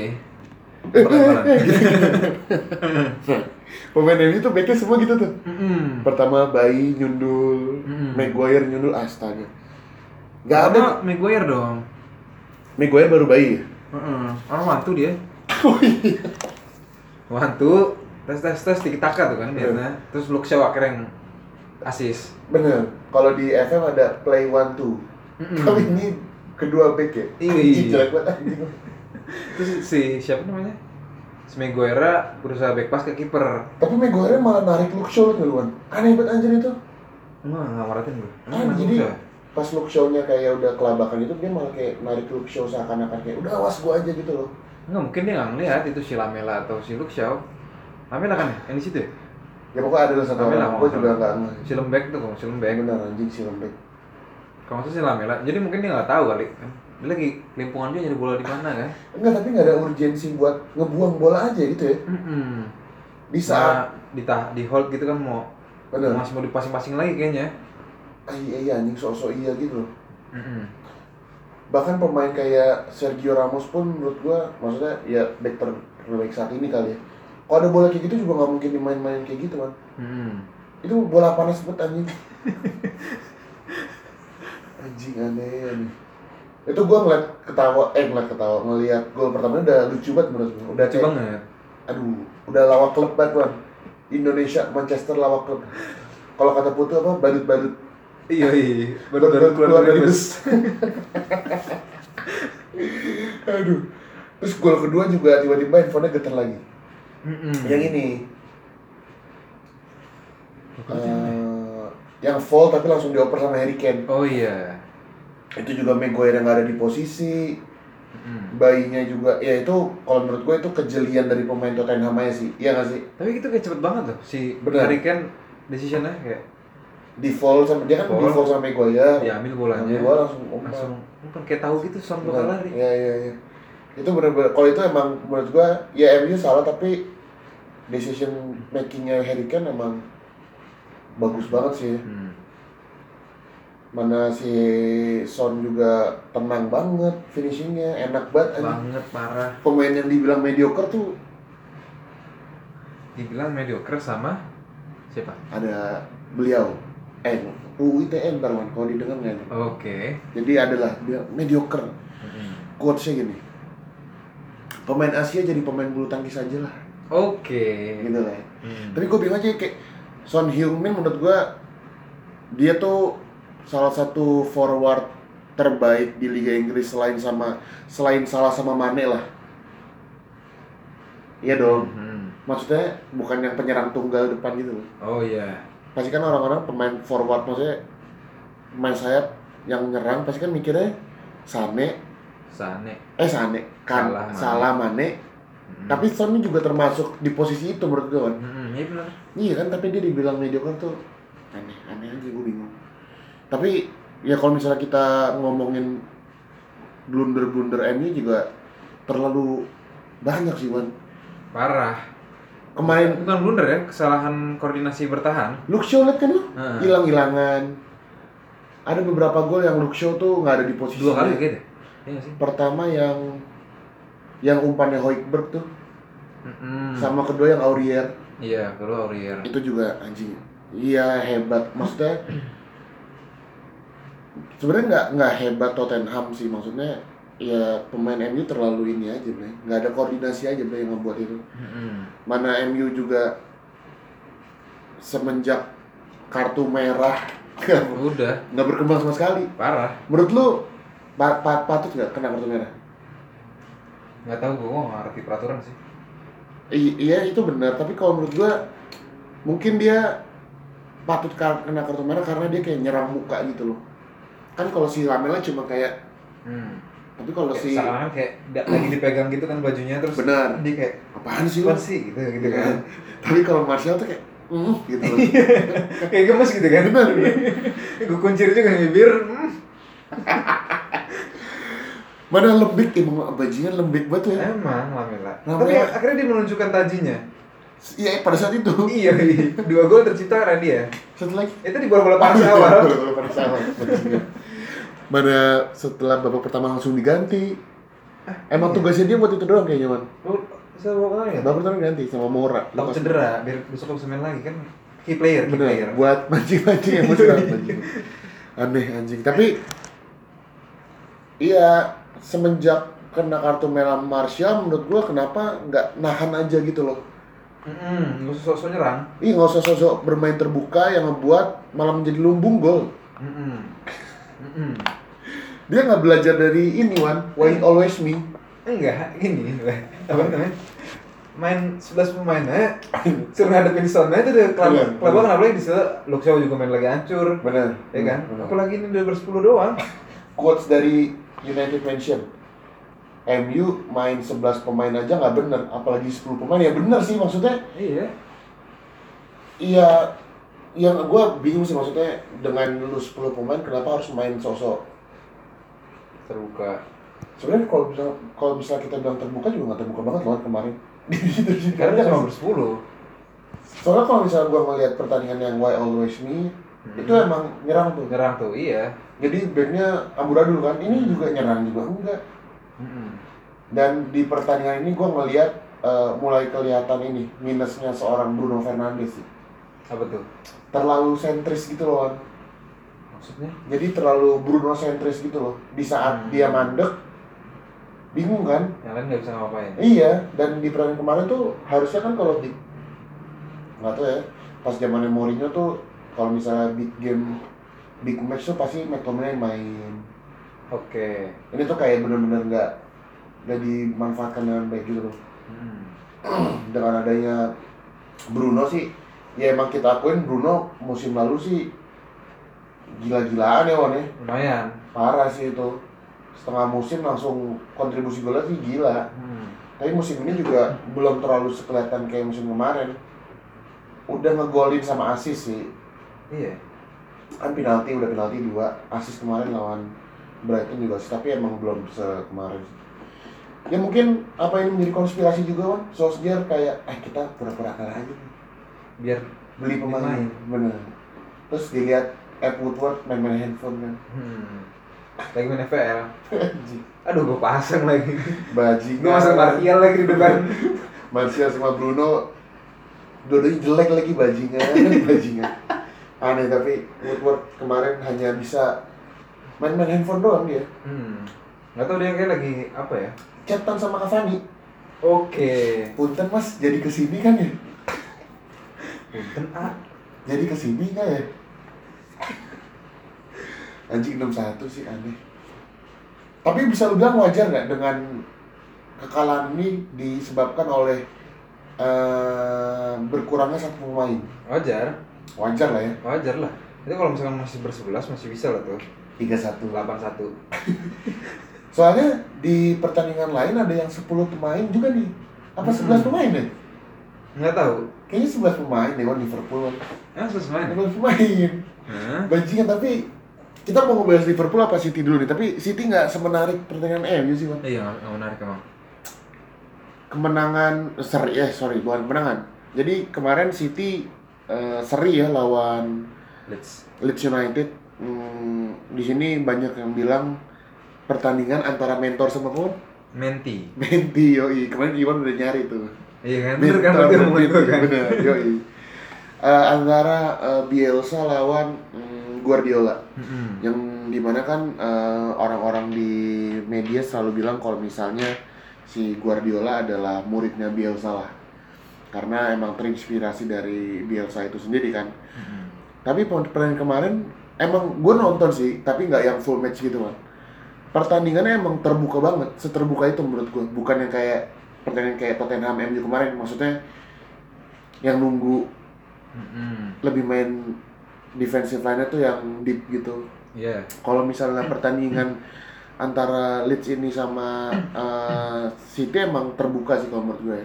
Speaker 1: Nah, pemain M U tuh backnya semua gitu tuh. Mm-hmm. Pertama Bayi nyundul, mm-hmm. Maguire nyundul, astaga. Gak ada.
Speaker 2: Maguire dong.
Speaker 1: Maguire baru Bayi ya?
Speaker 2: Mm-hmm. Orang mantu dia.
Speaker 1: Oh iya.
Speaker 2: Mantu, tes tes tes tiki taka tuh kan biasanya. Terus Luke Shaw akhirnya yang asis.
Speaker 1: Bener. Kalau di F M ada play one two. Mm-hmm. Tapi ini kedua back ya.
Speaker 2: Iya.
Speaker 1: Jelek banget anjing.
Speaker 2: Terus si siapa namanya? Si Maguire berusaha back pass ke kiper.
Speaker 1: Tapi Maguire malah narik Luke Shaw duluan. Aneh banget anjir itu.
Speaker 2: Enggak, enggak marahin gue.
Speaker 1: Ah, jadi pas Luke Shaw-nya kayak udah kelabakan itu dia malah kayak narik Luke Shaw seakan-akan kayak udah awas gua aja gitu loh.
Speaker 2: Enggak, mungkin dia enggak ngeliat itu si Lamela atau si Luke Shaw. Lamela kan yang di situ ya?
Speaker 1: Ya pokoknya ada satu orang, gua juga enggak ngeh.
Speaker 2: Si Lembek tuh, kok si Lembek.
Speaker 1: Benar anjing si Lembek.
Speaker 2: Kalau maksudnya si Lamela, jadi mungkin dia enggak tahu kali kan. Dia lagi limpungan dia nyari bola di mana kan?
Speaker 1: Enggak, tapi enggak ada urgensi buat ngebuang bola aja gitu ya.
Speaker 2: Mm-hmm.
Speaker 1: Di saat
Speaker 2: nah, di tah di hold gitu kan mau
Speaker 1: bener.
Speaker 2: Masih mau dipasing-pasing lagi kayaknya.
Speaker 1: Ah, iya iya anjing sok-sok iya gitu loh.
Speaker 2: Mm-hmm.
Speaker 1: Bahkan pemain kayak Sergio Ramos pun menurut gua maksudnya ya back terbaik saat ini kali ya. Kalau ada bola kayak gitu juga nggak mungkin dimain-main kayak gitu kan. Mm-hmm. Itu bola panas banget anjing. Anjing aneh, aneh. Itu gua ngeliat ketawa, eh ngeliat ketawa, ngeliat gol pertama udah lucu banget menurut gua. Udah
Speaker 2: lucu
Speaker 1: kayak,
Speaker 2: banget.
Speaker 1: Aduh, udah lawak klub banget bang. Indonesia, Manchester lawak klub. Kalau kata Putu apa? Badut-badut.
Speaker 2: Iya iya. Badut-badut keluar dari bus.
Speaker 1: Aduh. Terus gol kedua juga tiba-tiba handphonenya getar lagi. Mm-hmm. Yang ini. Uh, yang fall tapi langsung dioper sama Harry Kane.
Speaker 2: Oh iya.
Speaker 1: Itu juga Maguire yang nggak ada di posisi. Hmm. Bayinya juga, ya itu kalau menurut gue itu kejelian dari pemain Tottenham aja sih, iya nggak sih?
Speaker 2: Tapi itu kayak cepet banget tuh si
Speaker 1: Bener.
Speaker 2: Harry Kane decisionnya kayak
Speaker 1: default sama dia kan
Speaker 2: default,
Speaker 1: default sama Maguire.
Speaker 2: Ya ambil bolanya.
Speaker 1: Ambil bola langsung umpan.
Speaker 2: Langsung umpan kayak tahu gitu son bakal lari.
Speaker 1: Iya iya iya. Itu benar-benar kalau itu emang menurut gue ya M U salah tapi decision makingnya Harry Kane emang bagus banget sih. Hmm. Mana si Son juga tenang banget, finishingnya enak banget.
Speaker 2: Banget, parah.
Speaker 1: Pemain yang dibilang mediocre tuh
Speaker 2: dibilang mediocre sama siapa?
Speaker 1: Ada beliau, eh U I T E ntar man, kalau didengar nggak enak.
Speaker 2: Oke.
Speaker 1: Jadi adalah dia mediocre.
Speaker 2: Mm-hmm.
Speaker 1: Quotes-nya gini, pemain Asia jadi pemain bulu tangkis aja lah.
Speaker 2: Oke.
Speaker 1: Gitu lah.
Speaker 2: Hmm.
Speaker 1: Tapi gue bingung aja kayak Son Heung-min menurut gue dia tuh salah satu forward terbaik di Liga Inggris selain sama selain salah sama Mane lah. Iya dong.
Speaker 2: Hmm.
Speaker 1: Maksudnya bukan yang penyerang tunggal depan gitu loh.
Speaker 2: Oh iya.
Speaker 1: Pasti kan orang-orang pemain forward maksudnya pemain sayap yang nyerang pasti kan mikirnya Sane,
Speaker 2: Sane.
Speaker 1: eh Sane kan
Speaker 2: Salah Mane.
Speaker 1: salah Mane. Hmm. Tapi Son ini juga termasuk di posisi itu menurut gue kan.
Speaker 2: Hmm, iya benar.
Speaker 1: Iya kan, tapi dia dibilang mediocre tuh aneh, aneh aja, gue bingung. Tapi ya kalau misalnya kita ngomongin blunder-blunder M U juga terlalu banyak sih, Wan.
Speaker 2: Parah.
Speaker 1: Kemarin
Speaker 2: bukan blunder ya, kesalahan koordinasi bertahan.
Speaker 1: Luke Shaw liat kan lu?
Speaker 2: Hmm.
Speaker 1: Hilang-hilangan. Ada beberapa gol yang Luke Shaw tuh nggak ada di posisi.
Speaker 2: Dua kali gitu. Iya sih.
Speaker 1: Pertama yang yang umpannya Højbjerg tuh.
Speaker 2: Mm-mm.
Speaker 1: Sama kedua yang Aurier.
Speaker 2: Iya, kedua Aurier.
Speaker 1: Itu juga anjing. Iya hebat, maksudnya sebenarnya nggak nggak hebat Tottenham sih, maksudnya ya pemain M U terlalu ini aja, Bre. Nggak ada koordinasi aja, Bre, yang ngebuat itu.
Speaker 2: Mm-mm.
Speaker 1: Mana M U juga semenjak kartu merah
Speaker 2: Udah.
Speaker 1: nggak berkembang sama sekali.
Speaker 2: Parah.
Speaker 1: Menurut lu pa- pa- patut nggak kena kartu merah?
Speaker 2: Nggak tahu, gue nggak ngerti peraturan sih.
Speaker 1: I- iya itu benar, tapi kalau menurut gua mungkin dia patut kar- kena kartu merah karena dia kayak nyerang muka gitu loh. Kan kalau si Lamela cuma kayak
Speaker 2: Hmm.
Speaker 1: tapi kalau
Speaker 2: Kayak
Speaker 1: si
Speaker 2: seakan-akan kayak da- lagi dipegang gitu kan bajunya terus.
Speaker 1: Benar.
Speaker 2: Dia kayak
Speaker 1: apaan sih lu?
Speaker 2: apa sih gitu gitu
Speaker 1: Iya.
Speaker 2: kan.
Speaker 1: Tapi kalau Martial tuh kayak mm, gitu loh.
Speaker 2: Kayak gemes gitu kan.
Speaker 1: Benar, benar.
Speaker 2: Gue kuncir juga nih bibir. Hmm.
Speaker 1: Mana lembik, emang bajingan lembik banget ya.
Speaker 2: Emang Lamela.
Speaker 1: Lamela.
Speaker 2: Tapi akhirnya dia menunjukkan tajinya.
Speaker 1: Iya pada saat itu.
Speaker 2: Iya, iya. Dua gol tercipta karena dia.
Speaker 1: Satu lagi.
Speaker 2: Itu di bola-bola panas awal.
Speaker 1: Bola-bola panas awal. Bajingan. Mana setelah babak pertama langsung diganti. Emang
Speaker 2: iya.
Speaker 1: tugasnya dia buat itu doang kayaknya, Man.
Speaker 2: Lu bisa bawa kemana ya?
Speaker 1: Babak pertama ganti sama Moura.
Speaker 2: Takut cedera, biar besok bisa main lagi kan. Key player, key player.
Speaker 1: Bener, buat mancing-mancing emosional mancing. Aneh anjing. Tapi iya, semenjak kena kartu merah Martial, menurut gua kenapa nggak nahan aja gitu loh.
Speaker 2: Mm-mm, nggak usah sok-sok nyerang.
Speaker 1: Ih, nggak usah sosok bermain terbuka yang ngebuat malah menjadi lumbung gol.
Speaker 2: Mm-mm. Mm-mm.
Speaker 1: Dia nggak belajar dari ini, Wan. Why always me.
Speaker 2: Enggak, gini apa namanya? Main sebelas pemain aja, suruh ngadepin Son aja tuh
Speaker 1: Iya,
Speaker 2: kelab kelab
Speaker 1: bener.
Speaker 2: kenapa lagi di situ Luke Shaw juga main lagi hancur.
Speaker 1: Bener.
Speaker 2: Ya kan?
Speaker 1: Bener.
Speaker 2: Apalagi ini udah bersepuluh doang.
Speaker 1: Quotes dari United Mention. M U main sebelas pemain aja nggak bener, apalagi sepuluh pemain. Ya bener sih maksudnya.
Speaker 2: Iya.
Speaker 1: Iya, yang gue bingung sih maksudnya dengan lu sepuluh pemain kenapa harus main sosok.
Speaker 2: Terbuka.
Speaker 1: Sebenarnya kalau bisa kalau bisa kita bilang terbuka juga nggak terbuka banget loh kemarin.
Speaker 2: Karena dia cuma bersepuluh.
Speaker 1: Soalnya kalau misalnya gue ngeliat pertandingan yang Why Always Me,
Speaker 2: Hmm.
Speaker 1: itu emang nyerang tuh.
Speaker 2: Nyerang tuh, iya.
Speaker 1: Jadi backnya amburadul kan, ini juga nyerang juga enggak.
Speaker 2: Mm-mm.
Speaker 1: Dan di pertandingan ini gue ngeliat uh, mulai kelihatan ini minusnya seorang Bruno Fernandes sih.
Speaker 2: Apa tuh?
Speaker 1: Terlalu sentris gitu loh. Wan.
Speaker 2: Maksudnya?
Speaker 1: Jadi terlalu Bruno sentris gitu loh. Di saat
Speaker 2: Hmm.
Speaker 1: dia mandek, bingung kan?
Speaker 2: Yang lain nggak bisa ngapain.
Speaker 1: Iya, dan di pertandingan kemarin tuh harusnya kan kalau di nggak tahu ya, pas zamannya Mourinho tuh kalau misalnya big game, big match tuh pasti McTominay main.
Speaker 2: Oke.
Speaker 1: Ini tuh kayak bener-bener nggak nggak dimanfaatkan dengan baik gitu loh.
Speaker 2: Hmm.
Speaker 1: Dengan adanya Bruno sih, ya emang kita akuin Bruno musim lalu sih gila-gilaan ya Wan ya.
Speaker 2: Lumayan.
Speaker 1: Parah sih itu. Setengah musim langsung kontribusi golnya sih gila.
Speaker 2: Hmm.
Speaker 1: Tapi musim ini juga belum terlalu sekelihatan kayak musim kemarin. Udah ngegolin sama assist sih.
Speaker 2: Iya.
Speaker 1: Kan penalti udah penalti dua, assist kemarin lawan Brighton juga sih, tapi emang belum sekemarin. Ya mungkin apa ini menjadi konspirasi juga Wan. Solskjaer kayak eh kita pura-pura kalah aja nih.
Speaker 2: Biar
Speaker 1: Beli pemain.
Speaker 2: Main.
Speaker 1: Bener. Terus dilihat Ed Woodward main-main handphone kan.
Speaker 2: Hmm. Lagi main F P L. Aduh, gue pasang lagi.
Speaker 1: Bajingan.
Speaker 2: Gue masang Martial lagi di depan.
Speaker 1: Martial sama Bruno dua-duanya jelek lagi bajingan, bajingan. Aneh, tapi Woodward kemarin hanya bisa main-main handphone doang dia.
Speaker 2: Hmm. Nggak tahu dia kayak lagi apa ya?
Speaker 1: Chatan sama Cavani.
Speaker 2: Oke.
Speaker 1: Punten mas, jadi kesini kan ya?
Speaker 2: Punten ah.
Speaker 1: Jadi kesini nggak ya? Anjing enam satu sih aneh. Tapi bisa lu bilang wajar nggak dengan kekalahan ini disebabkan oleh uh, berkurangnya satu pemain?
Speaker 2: Wajar.
Speaker 1: Wajar lah ya.
Speaker 2: Wajar lah. Itu kalau misalkan masih bersebelas masih bisa lah tuh.
Speaker 1: tiga satu.
Speaker 2: delapan satu.
Speaker 1: Soalnya di pertandingan lain ada yang sepuluh pemain juga nih. Apa sebelas
Speaker 2: Hmm.
Speaker 1: pemain deh?
Speaker 2: Nggak tahu.
Speaker 1: Kayaknya sebelas pemain deh, kan Liverpool.
Speaker 2: Ah, sesuai.
Speaker 1: sebelas pemain.
Speaker 2: Hah?
Speaker 1: Bajingan, tapi kita mau ngebahas Liverpool apa City dulu nih? Tapi City nggak semenarik pertandingan M U sih, Bang.
Speaker 2: Iya, nggak menarik emang.
Speaker 1: Kemenangan seri eh sorry bukan kemenangan. Jadi kemarin City eh, seri ya lawan
Speaker 2: Leeds.
Speaker 1: Leeds United. Hmm, di sini banyak yang bilang pertandingan antara mentor sama pun
Speaker 2: Menti.
Speaker 1: Menti yoi. Kemarin Iwan udah nyari tuh.
Speaker 2: Iya kan? Bener kan berarti
Speaker 1: Mentor,
Speaker 2: omongan gue kan?
Speaker 1: bener yoi. Eh, antara eh, Bielsa lawan mm, Guardiola.
Speaker 2: Mm-mm.
Speaker 1: Yang dimana kan eh, orang-orang di media selalu bilang kalau misalnya si Guardiola adalah muridnya Bielsa lah, karena emang terinspirasi dari Bielsa itu sendiri kan.
Speaker 2: Mm-mm.
Speaker 1: Tapi pertandingan kemarin emang gue nonton sih, tapi nggak yang full match gitu kan. Pertandingannya emang terbuka banget, seterbuka itu menurut gue. Bukan yang kayak pertandingan kayak Tottenham M U kemarin, maksudnya yang nunggu
Speaker 2: Mm-mm.
Speaker 1: lebih main defensive line-nya tuh yang deep gitu.
Speaker 2: Iya.
Speaker 1: Kalau misalnya pertandingan antara Leeds ini sama uh, City emang terbuka sih kalau menurut gue.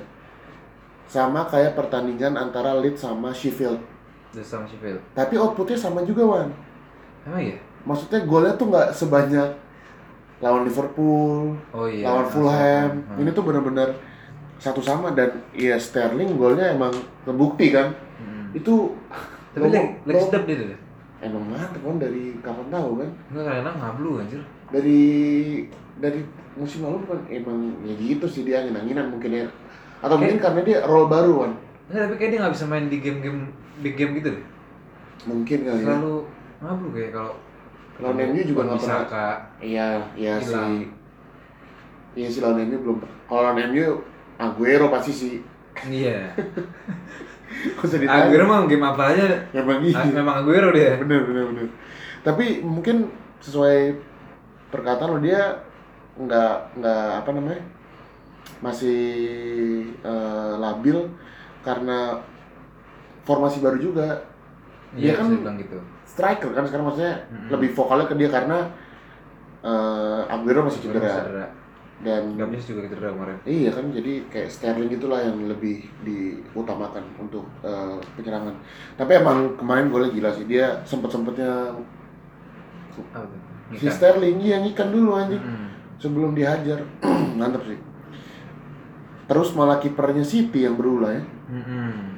Speaker 1: Sama kayak pertandingan antara Leeds sama Sheffield.
Speaker 2: The sama Sheffield.
Speaker 1: Tapi outputnya sama juga, Wan.
Speaker 2: Emang iya?
Speaker 1: Maksudnya golnya tuh nggak sebanyak lawan Liverpool,
Speaker 2: Oh iya.
Speaker 1: lawan Fulham.
Speaker 2: Hmm.
Speaker 1: Ini tuh benar-benar satu sama, dan ya Sterling golnya emang terbukti kan.
Speaker 2: Mm.
Speaker 1: Itu
Speaker 2: Tapi
Speaker 1: lo-
Speaker 2: lagi lagi
Speaker 1: lo-
Speaker 2: sedap dia deh.
Speaker 1: emang mantep kan, dari kapan tahu kan?
Speaker 2: Enggak kadang ngablu anjir.
Speaker 1: Dari dari musim lalu kan emang ya gitu sih, dia angin-anginan mungkin ya. Atau
Speaker 2: Kayak-
Speaker 1: mungkin karena dia role baru kan.
Speaker 2: Enggak, tapi kayak dia nggak bisa main di game-game big game gitu deh.
Speaker 1: Mungkin kali ya.
Speaker 2: Selalu ngablu kayak kalau
Speaker 1: Lawan M U juga nggak pernah.
Speaker 2: Bisaka.
Speaker 1: Iya, iya sih.
Speaker 2: Hilang.
Speaker 1: Iya sih, lawan M U belum. Kalau lawan M U Aguero pasti sih.
Speaker 2: Iya.
Speaker 1: Gak usah ditanya.
Speaker 2: Aguero mah game apa aja.
Speaker 1: Emang iya.
Speaker 2: Ah, memang Aguero dia.
Speaker 1: Bener, bener, bener. Tapi mungkin sesuai perkataan lo, dia nggak nggak apa namanya, masih eh, labil karena formasi baru juga. Dia
Speaker 2: Iya,
Speaker 1: kan
Speaker 2: bisa bilang gitu.
Speaker 1: striker kan sekarang, maksudnya
Speaker 2: Mm-mm.
Speaker 1: lebih vokalnya ke dia karena eh, Aguero masih
Speaker 2: Aguero
Speaker 1: cedera.
Speaker 2: cedera.
Speaker 1: Dan
Speaker 2: Gabnis juga cedera kemarin.
Speaker 1: iya kan, jadi kayak Sterling gitulah yang lebih diutamakan untuk eh, penyerangan. Tapi emang kemarin golnya gila sih, dia sempet-sempetnya
Speaker 2: Apa tuh?
Speaker 1: si
Speaker 2: Ngikan.
Speaker 1: Sterling iya ngikan dulu anjing
Speaker 2: Mm-mm.
Speaker 1: sebelum dihajar. Mantap sih. Terus malah kipernya City yang berulah ya.
Speaker 2: Mm-mm.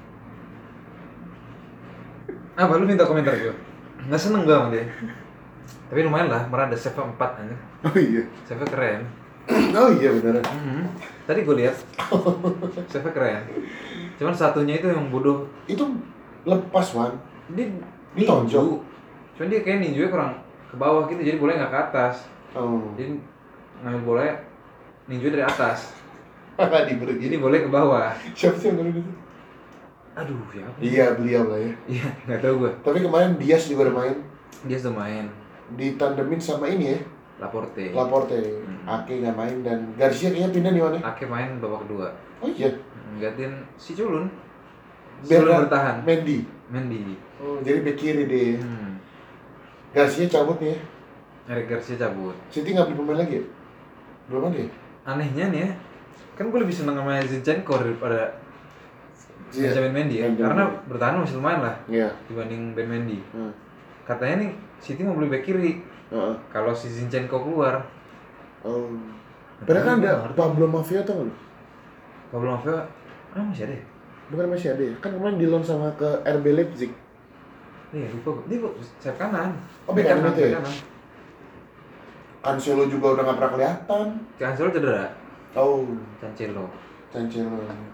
Speaker 2: Apa lu minta komentar gue? Nggak seneng gue sama dia. Tapi lumayan lah, merada save empat aja.
Speaker 1: Oh iya.
Speaker 2: Save keren.
Speaker 1: Oh iya beneran.
Speaker 2: Mm-hmm. Tadi gue lihat save keren. Cuman satunya itu yang bodoh.
Speaker 1: Itu lepas Wan.
Speaker 2: Dia
Speaker 1: Ditonjok.
Speaker 2: ninju. Cuman dia kayak ninjunya kurang ke bawah gitu, jadi bolanya nggak ke atas.
Speaker 1: Oh.
Speaker 2: Jadi ngambil bolanya ninju dari atas.
Speaker 1: Diberi
Speaker 2: Jadi boleh ke bawah.
Speaker 1: siapa sih yang golin itu?
Speaker 2: Aduh, siapa?
Speaker 1: Iya beliau lah ya.
Speaker 2: Iya, nggak tahu gue.
Speaker 1: Tapi kemarin Diaz juga udah main,
Speaker 2: Dia sudah main.
Speaker 1: ditandemin sama ini ya,
Speaker 2: Laporte.
Speaker 1: Laporte.
Speaker 2: Hmm.
Speaker 1: Ake nggak main dan Garcia kayaknya pindah nih Wan ya.
Speaker 2: Ake main babak kedua.
Speaker 1: Oh iya.
Speaker 2: Gantiin si Culun.
Speaker 1: Biar
Speaker 2: Culun
Speaker 1: nggak-
Speaker 2: bertahan.
Speaker 1: Mendy.
Speaker 2: Mendy.
Speaker 1: Oh, jadi bek kiri deh.
Speaker 2: Hmm.
Speaker 1: Garcia cabut nih ya.
Speaker 2: Eric Garcia cabut.
Speaker 1: City nggak beli pemain lagi ya? Belum ada ya?
Speaker 2: Anehnya nih ya, kan gue lebih seneng sama Zinchenko daripada
Speaker 1: Iya.
Speaker 2: Benjamin Mendy ya,
Speaker 1: Benjamin
Speaker 2: karena
Speaker 1: Mendy.
Speaker 2: bertahan masih lumayan lah
Speaker 1: Iya.
Speaker 2: dibanding Ben Mendy.
Speaker 1: Hmm.
Speaker 2: Katanya nih City mau beli back kiri
Speaker 1: Heeh.
Speaker 2: kalau si Zinchenko keluar.
Speaker 1: Oh. Padahal kan ada Pablo Mafia tau nggak lu?
Speaker 2: Pablo Mafia, ah masih ada ya?
Speaker 1: Bukan masih ada ya? Kan kemarin di loan sama ke R B Leipzig.
Speaker 2: Iya lupa gue, dia sayap kanan.
Speaker 1: Oh, bek kanan itu ya?
Speaker 2: bek kanan.
Speaker 1: Cancelo juga udah nggak pernah kelihatan.
Speaker 2: Cancelo cedera,
Speaker 1: Oh,
Speaker 2: Cancelo.
Speaker 1: Cancelo.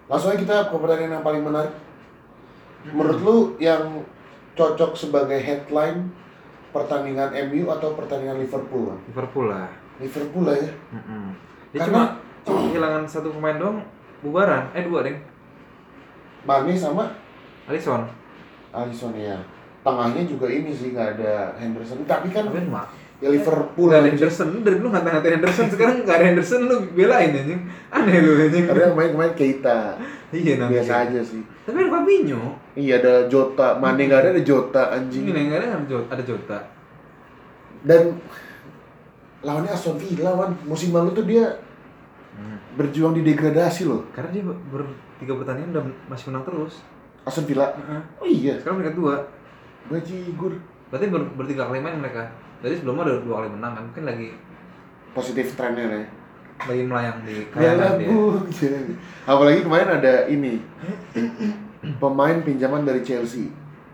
Speaker 1: Langsung aja kita ke pertandingan yang paling menarik. Menurut lu yang cocok sebagai headline pertandingan M U atau pertandingan Liverpool?
Speaker 2: Liverpool lah.
Speaker 1: Liverpool lah ya.
Speaker 2: Mm-mm. Dia
Speaker 1: Karena-
Speaker 2: cuma cuma kehilangan satu pemain doang, bubaran. Eh dua deh.
Speaker 1: Mane sama
Speaker 2: Alisson.
Speaker 1: Alisson ya. Tengahnya juga ini sih nggak ada Henderson. Tapi kan
Speaker 2: Tapi mah
Speaker 1: ya Liverpool
Speaker 2: nggak ada
Speaker 1: anjing.
Speaker 2: Henderson, lu dari dulu ngata-ngatain Henderson, sekarang nggak ada Henderson lu belain anjing. Aneh lu anjing.
Speaker 1: Karena yang main-main Keita.
Speaker 2: Iya nanti.
Speaker 1: Biasa aja sih.
Speaker 2: Tapi ada Fabinho.
Speaker 1: Iya ada Jota, Mane nggak ada ada Jota anjing.
Speaker 2: Ini nggak ada ada Jota, ada Jota.
Speaker 1: Dan lawannya Aston Villa kan musim lalu tuh dia
Speaker 2: Hmm.
Speaker 1: berjuang di degradasi loh.
Speaker 2: Karena dia ber tiga pertandingan udah masih menang terus.
Speaker 1: Aston Villa.
Speaker 2: Heeh.
Speaker 1: Oh iya,
Speaker 2: Sekarang mereka dua.
Speaker 1: bajigur.
Speaker 2: Berarti ber, bertiga kali main mereka. Jadi sebelumnya ada dua kali menang kan, mungkin lagi
Speaker 1: Positif trennya nih.
Speaker 2: lagi melayang di
Speaker 1: Bela
Speaker 2: kayangan dia.
Speaker 1: Bung. Apalagi kemarin ada ini pemain pinjaman dari Chelsea,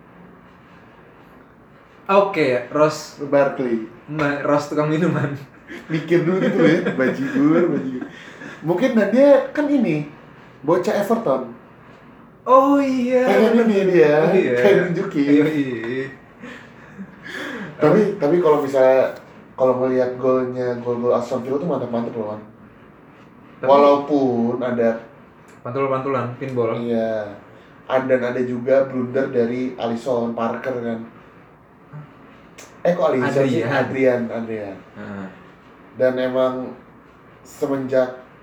Speaker 2: Oke, Ross,
Speaker 1: Barkley.
Speaker 2: Ma- Ross tukang minuman.
Speaker 1: Mikir dulu gitu loh ya, bajigur, bajigur. Mungkin dan dia kan ini bocah Everton.
Speaker 2: Oh iya.
Speaker 1: Pengen ini dia,
Speaker 2: Oh, iya.
Speaker 1: pengen nunjukin.
Speaker 2: Iya, iya.
Speaker 1: Tapi tapi kalau misalnya kalau melihat golnya gol-gol Aston Villa tuh mantap-mantap loh kan.
Speaker 2: Tapi-
Speaker 1: Walaupun ada
Speaker 2: Pantul-pantulan, pinball.
Speaker 1: iya ada ada juga blunder dari Alisson Parker kan. Eh kok Alisson sih?
Speaker 2: Adrian.
Speaker 1: Adrian, Adrian.
Speaker 2: Heeh.
Speaker 1: Dan emang semenjak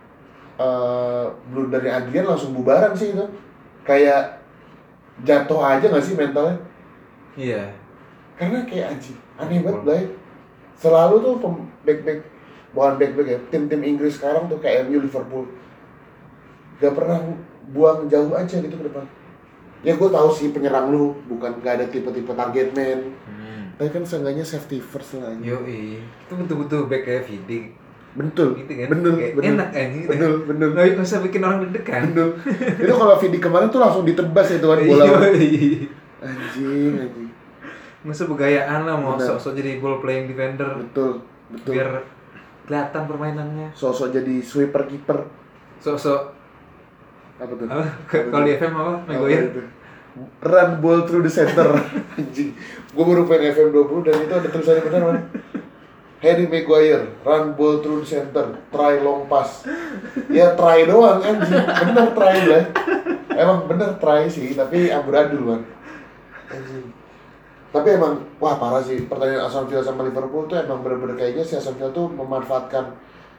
Speaker 1: uh, blundernya Adrian langsung bubaran sih itu. Kayak jatuh aja nggak sih mentalnya?
Speaker 2: Iya.
Speaker 1: Karena kayak anjing, aneh banget Blay. Selalu tuh pem back-back, bukan back-back ya, tim-tim Inggris sekarang tuh kayak M U, Liverpool gak pernah buang jauh aja gitu ke depan. Ya gue tahu sih penyerang lu bukan gak ada tipe-tipe target man,
Speaker 2: Hmm.
Speaker 1: tapi kan seenggaknya safety first lah.
Speaker 2: Yoi. Itu betul-betul back kayak Vidic.
Speaker 1: Betul,
Speaker 2: Gitu kan?
Speaker 1: bener,
Speaker 2: Kayak
Speaker 1: bener,
Speaker 2: enak anjing gitu.
Speaker 1: bener, bener,
Speaker 2: Nggak usah bikin orang deg-degan.
Speaker 1: bener. Itu kalau video kemarin tuh langsung ditebas itu kan bola.
Speaker 2: Yoi.
Speaker 1: Anjing, anjing.
Speaker 2: Nggak usah begayaan lah, mau
Speaker 1: Bener.
Speaker 2: sok-sok jadi ball playing defender.
Speaker 1: Betul, betul.
Speaker 2: Biar kelihatan permainannya.
Speaker 1: Sosok jadi sweeper keeper.
Speaker 2: Sok-sok
Speaker 1: Apa tuh?
Speaker 2: apa? Kalau di F M apa? Maguire.
Speaker 1: Apa itu? Run ball through the center. Anjing. Gue baru main F M dua puluh dan itu ada tulisannya benar man. Harry Maguire, run ball through the center, try long pass. Ya try doang anjing. Bener try lah. Emang bener try sih, tapi amburadul man. Anjing. Tapi emang wah parah sih pertandingan Aston Villa sama Liverpool tuh emang bener-bener kayaknya si Aston Villa tuh memanfaatkan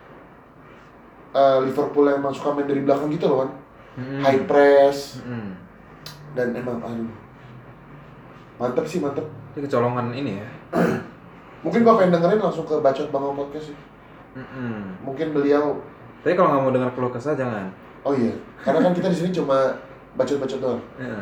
Speaker 1: uh, Liverpool yang emang suka main dari belakang gitu loh kan.
Speaker 2: Hmm.
Speaker 1: High press.
Speaker 2: Hmm.
Speaker 1: Dan emang aduh mantep sih mantep.
Speaker 2: Ini kecolongan ini ya.
Speaker 1: Mungkin kalau pengen dengerin langsung ke Bacot Bangau Podcast sih.
Speaker 2: Mm-mm.
Speaker 1: Mungkin beliau
Speaker 2: Tapi kalau nggak mau dengar keluh kesah jangan.
Speaker 1: oh iya karena kan kita di sini cuma bacot-bacot doang.
Speaker 2: Iya.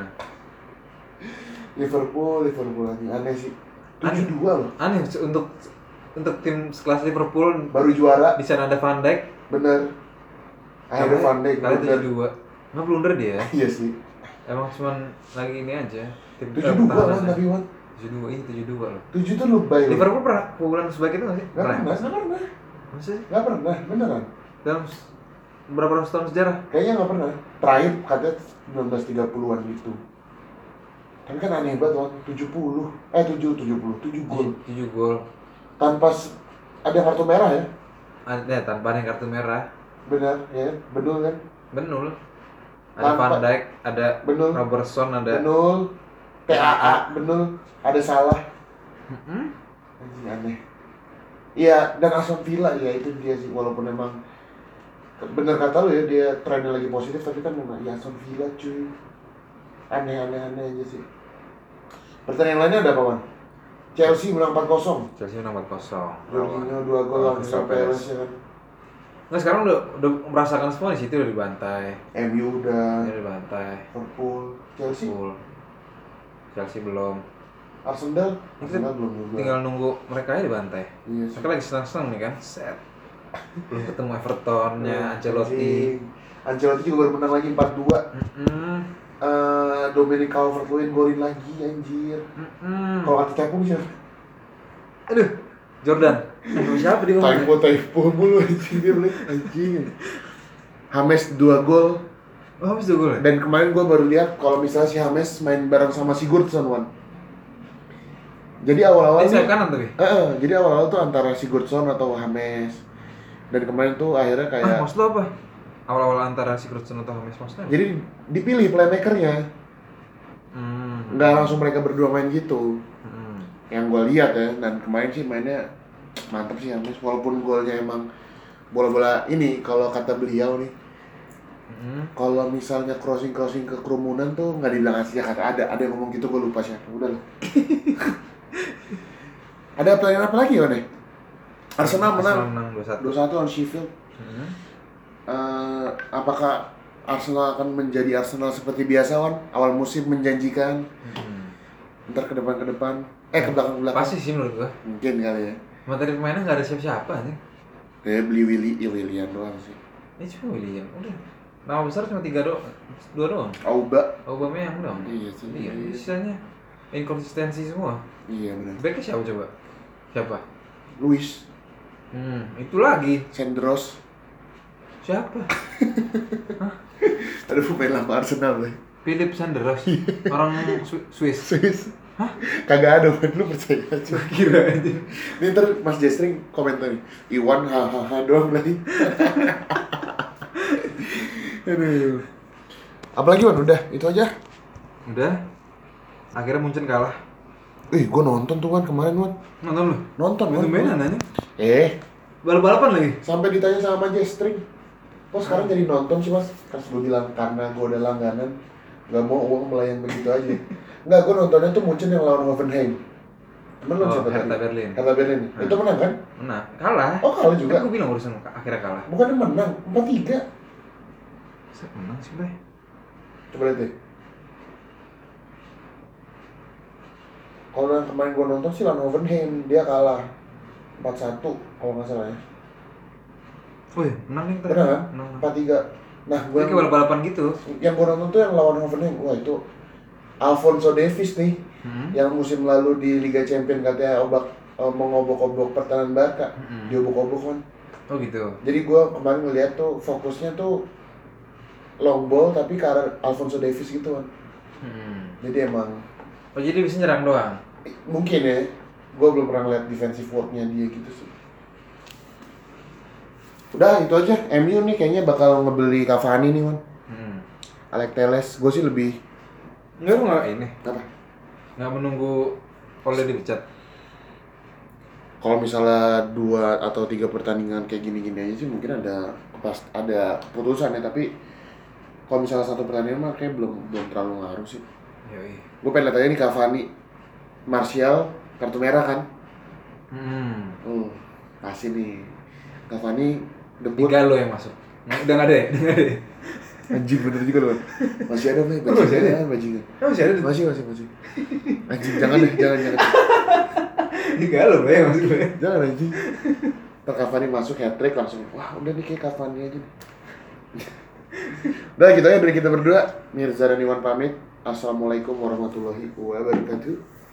Speaker 1: Liverpool Liverpool anjing aneh sih.
Speaker 2: Aneh.
Speaker 1: tujuh dua loh.
Speaker 2: Aneh untuk untuk tim sekelas Liverpool
Speaker 1: Baru juara
Speaker 2: di sana ada Van Dijk.
Speaker 1: bener. Akhirnya Van Dijk
Speaker 2: Kali
Speaker 1: bener.
Speaker 2: tujuh dua. Nggak blunder dia.
Speaker 1: Iya sih.
Speaker 2: Emang cuman lagi ini aja. Tim
Speaker 1: tujuh dua kan tapi Wan.
Speaker 2: tujuh dua ini tujuh dua loh.
Speaker 1: tujuh tuh lebay loh.
Speaker 2: Liverpool pernah pukulan sebaik itu nggak sih?
Speaker 1: Gak pernah, gak pernah.
Speaker 2: Maksudnya
Speaker 1: Gak pernah, beneran.
Speaker 2: dalam s- berapa ratus tahun sejarah?
Speaker 1: Kayaknya gak pernah. Terakhir katanya seribu sembilan ratus tiga puluhan gitu. Tapi kan aneh banget Wan, tujuh puluh. Eh tujuh, tujuh puluh, tujuh gol.
Speaker 2: tujuh gol.
Speaker 1: Tanpa s- ada kartu merah ya.
Speaker 2: Ada tanpa ada yang kartu merah.
Speaker 1: Benar, ya, betul kan?
Speaker 2: Benul. Ada
Speaker 1: Tanpa-
Speaker 2: Van Dijk, ada
Speaker 1: Benul.
Speaker 2: Robertson, ada
Speaker 1: Benul, P A A, benul, ada salah.
Speaker 2: Mm-mm.
Speaker 1: Anjing aneh. Iya, dan Aston Villa ya itu dia sih walaupun memang bener kata lu ya dia trennya lagi positif tapi kan memang ya Aston Villa cuy. Aneh-aneh aneh aja sih. Pertandingan lainnya ada apa, Man? Chelsea menang empat kosong.
Speaker 2: Chelsea menang empat kosong.
Speaker 1: Jorginho dua gol
Speaker 2: Oh,
Speaker 1: lawan
Speaker 2: Crystal
Speaker 1: Crystal Palace ya kan.
Speaker 2: Nggak, sekarang udah udah merasakan semua di situ, udah dibantai.
Speaker 1: M U udah,
Speaker 2: Udah dibantai.
Speaker 1: Liverpool, Chelsea,
Speaker 2: Full. Chelsea belum.
Speaker 1: Arsenal,
Speaker 2: Ini kita
Speaker 1: Arsenal belum juga.
Speaker 2: Tinggal nunggu mereka aja dibantai.
Speaker 1: Iya sih.
Speaker 2: Mereka lagi senang-senang nih kan. Set. Belum ketemu Evertonnya, Ancelotti.
Speaker 1: Anjing. Ancelotti juga baru menang lagi empat dua.
Speaker 2: Mm-mm.
Speaker 1: Eh, Dominic Calvert-Lewin golin lagi anjir.
Speaker 2: Mm-mm.
Speaker 1: Kalau kata Tepo bisa
Speaker 2: Aduh, Jordan. Aduh, siapa dia ngomongnya?
Speaker 1: typo typo mulu anjing dia beli anjing. Hames dua gol.
Speaker 2: Oh, habis dua gol ya?
Speaker 1: Dan kemarin gue baru lihat kalau misalnya si James main bareng sama Sigurdsson, Wan. Jadi awal-awal
Speaker 2: Eh, sayap
Speaker 1: nih-
Speaker 2: kanan tapi.
Speaker 1: Eh, eh, jadi awal-awal tuh antara Sigurdsson atau James. Dan kemarin tuh akhirnya
Speaker 2: Ah,
Speaker 1: kayak
Speaker 2: maksud lo apa? Awal-awal antara Sigurdsson atau James maksudnya?
Speaker 1: jadi dipilih playmakernya.
Speaker 2: Hmm.
Speaker 1: Nggak langsung mereka berdua main gitu.
Speaker 2: Hmm.
Speaker 1: Yang gue lihat ya, dan kemarin sih mainnya mantap sih James, walaupun golnya emang bola-bola ini kalau kata beliau nih,
Speaker 2: Hmm.
Speaker 1: kalau misalnya crossing crossing ke kerumunan tuh nggak dibilang asli, kata ada ada yang ngomong gitu, gue lupa siapa. Udah lah. Ada pertanyaan apa lagi Wan? Arsenal menang
Speaker 2: Arsenal menang dua satu.
Speaker 1: dua satu lawan Sheffield.
Speaker 2: Hmm.
Speaker 1: Eh, apakah Arsenal akan menjadi Arsenal seperti biasa Wan? Awal musim menjanjikan,
Speaker 2: Hmm.
Speaker 1: ntar ke depan ke depan, eh ke belakang ke belakang.
Speaker 2: Pasti sih menurut gua.
Speaker 1: Mungkin kali ya.
Speaker 2: Materi pemainnya nggak ada siapa-siapa nih.
Speaker 1: Kayak beli Willy, ya Willian doang sih.
Speaker 2: Ini cuma William, udah. Nama besar cuma tiga doang, dua doang.
Speaker 1: Auba.
Speaker 2: Aubameyang doang.
Speaker 1: Iya sih.
Speaker 2: Iya, sisanya inkonsistensi semua.
Speaker 1: Iya benar.
Speaker 2: Backnya siapa coba? Siapa?
Speaker 1: Luis,
Speaker 2: Hmm, itu lagi.
Speaker 1: Sandros.
Speaker 2: Siapa?
Speaker 1: Ada pemain lama Arsenal lah.
Speaker 2: Philip Sanderos. Orang Swi- Swiss.
Speaker 1: Swiss.
Speaker 2: Hah?
Speaker 1: Kagak ada, man. Lu percaya aja.
Speaker 2: Kira aja.
Speaker 1: Ini ntar Mas Jestring komentar nih, Iwan hahaha doang lagi. Aduh. Apalagi Wan, udah, itu aja.
Speaker 2: Udah. Akhirnya Munchen kalah.
Speaker 1: Ih, gua nonton tuh Wan kemarin Wan.
Speaker 2: Nonton lu?
Speaker 1: Nonton Wan.
Speaker 2: Itu mainan aja.
Speaker 1: Eh,
Speaker 2: Balap-balapan lagi.
Speaker 1: sampai ditanya sama Jestring, kok sekarang jadi nonton sih Mas? Kan gue bilang karena gue udah langganan, gak mau uang melayang begitu aja. Enggak, gue nontonnya tuh Munchen yang lawan Hoffenheim. Menang
Speaker 2: Oh,
Speaker 1: siapa
Speaker 2: Hertha
Speaker 1: tadi?
Speaker 2: Berlin.
Speaker 1: Hertha Berlin.
Speaker 2: Hmm.
Speaker 1: Itu menang kan?
Speaker 2: Menang. Kalah.
Speaker 1: Oh, kalah juga.
Speaker 2: Kan gue bilang urusan akhirnya kalah.
Speaker 1: Bukannya menang, empat tiga.
Speaker 2: Set menang sih, Bay.
Speaker 1: Coba lihat deh. Kalau yang kemarin gue nonton sih lawan Hoffenheim, dia kalah empat satu kalau nggak salah ya.
Speaker 2: Oh iya, menang nih.
Speaker 1: Benar kan?
Speaker 2: Menang.
Speaker 1: empat tiga. Nah, gue
Speaker 2: Ini kayak balap-balapan gitu.
Speaker 1: yang gue nonton tuh yang lawan Hoffenheim. Wah, itu Alphonso Davies nih,
Speaker 2: Hmm.
Speaker 1: yang musim lalu di Liga Champions katanya obak eh, mengobok-obok pertahanan Barca.
Speaker 2: Hmm.
Speaker 1: Diobok-obok kan.
Speaker 2: Oh gitu.
Speaker 1: Jadi gue kemarin ngeliat tuh fokusnya tuh long ball tapi ke arah Alphonso Davies gitu kan.
Speaker 2: Hmm.
Speaker 1: Jadi emang
Speaker 2: Oh jadi bisa nyerang doang.
Speaker 1: mungkin ya, gue belum pernah ngeliat defensive work-nya dia gitu sih. Udah itu aja, M U nih kayaknya bakal ngebeli Cavani nih Wan.
Speaker 2: Hmm.
Speaker 1: Alex Telles, gue sih lebih
Speaker 2: Enggak, lu nggak ini.
Speaker 1: apa?
Speaker 2: Nggak menunggu Ole dipecat.
Speaker 1: Kalau misalnya dua atau tiga pertandingan kayak gini-gini aja sih mungkin ada pas ada putusan ya, tapi kalau misalnya satu pertandingan mah kayak belum belum terlalu ngaruh sih.
Speaker 2: Yoi.
Speaker 1: Gue pengen lihat aja nih Cavani, Martial kartu merah kan?
Speaker 2: Hmm.
Speaker 1: Hmm, kasih nih Cavani debut.
Speaker 2: Tiga lo yang masuk. Nggak- Udah nggak ada ya? Udah nggak ada ya?
Speaker 1: Anjing bener juga loh. Masih ada nih,
Speaker 2: Oh, masih ada?
Speaker 1: bajingan, bajingan.
Speaker 2: Oh, masih ada.
Speaker 1: Masih masih masih. Anjing jangan deh, jangan jangan.
Speaker 2: Tiga lo ya masuk lo ya.
Speaker 1: Jangan anjing. Ntar Cavani masuk hat-trick langsung. Wah, udah nih kayak Cavani aja nih. Udah gitu aja dari kita berdua. Mirza dan Iwan pamit. Assalamualaikum warahmatullahi wabarakatuh.